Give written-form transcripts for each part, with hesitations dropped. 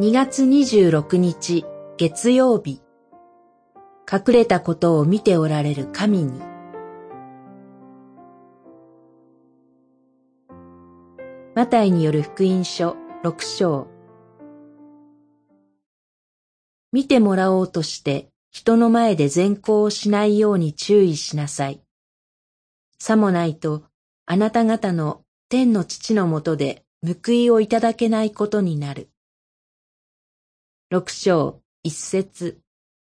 2月26日月曜日。隠れたことを見ておられる神に。マタイによる福音書6章。見てもらおうとして人の前で善行をしないように注意しなさい。さもないとあなた方の天の父のもとで報いをいただけないことになる。6章1節。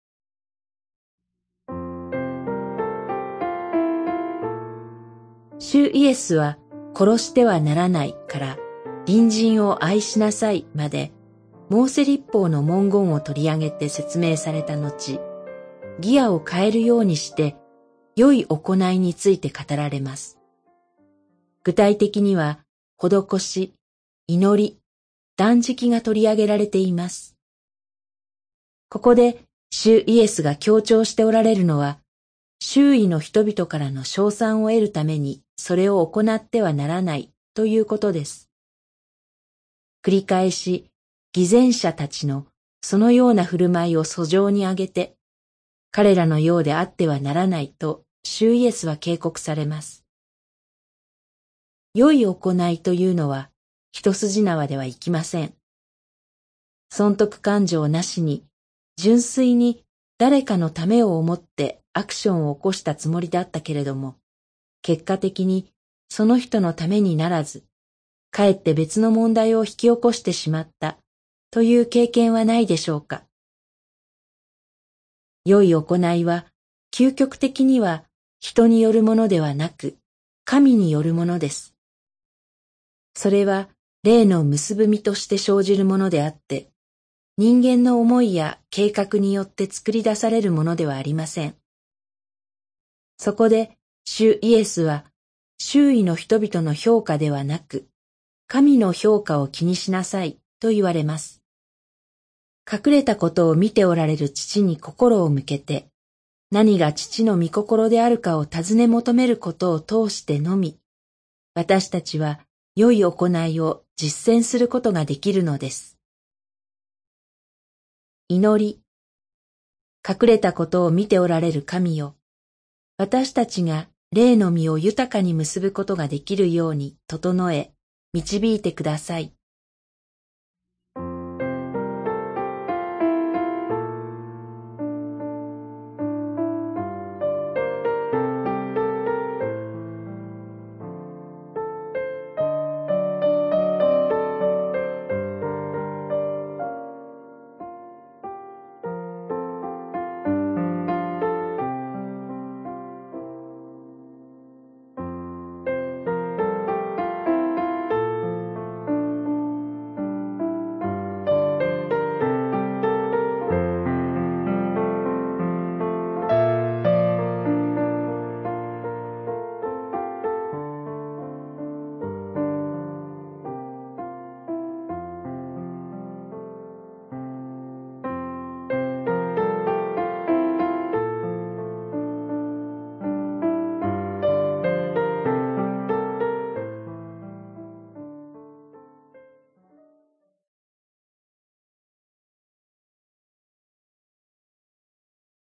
主イエスは殺してはならないから隣人を愛しなさいまでモーセ律法の文言を取り上げて説明された後、ギアを変えるようにして良い行いについて語られます。具体的には施し、祈り、断食が取り上げられています。ここで主イエスが強調しておられるのは、周囲の人々からの称賛を得るためにそれを行ってはならないということです。繰り返し、偽善者たちのそのような振る舞いを訴状に挙げて、彼らのようであってはならないと主イエスは警告されます。良い行いというのは一筋縄ではいきません。損得感情なしに、純粋に誰かのためを思ってアクションを起こしたつもりだったけれども、結果的にその人のためにならず、かえって別の問題を引き起こしてしまったという経験はないでしょうか。良い行いは究極的には人によるものではなく、神によるものです。それは霊の結ぶ身として生じるものであって、人間の思いや計画によって作り出されるものではありません。そこで主イエスは周囲の人々の評価ではなく、神の評価を気にしなさいと言われます。隠れたことを見ておられる父に心を向けて、何が父の御心であるかを尋ね求めることを通してのみ、私たちは良い行いを実践することができるのです。祈り。隠れたことを見ておられる神よ、私たちが霊の実を豊かに結ぶことができるように整え、導いてください。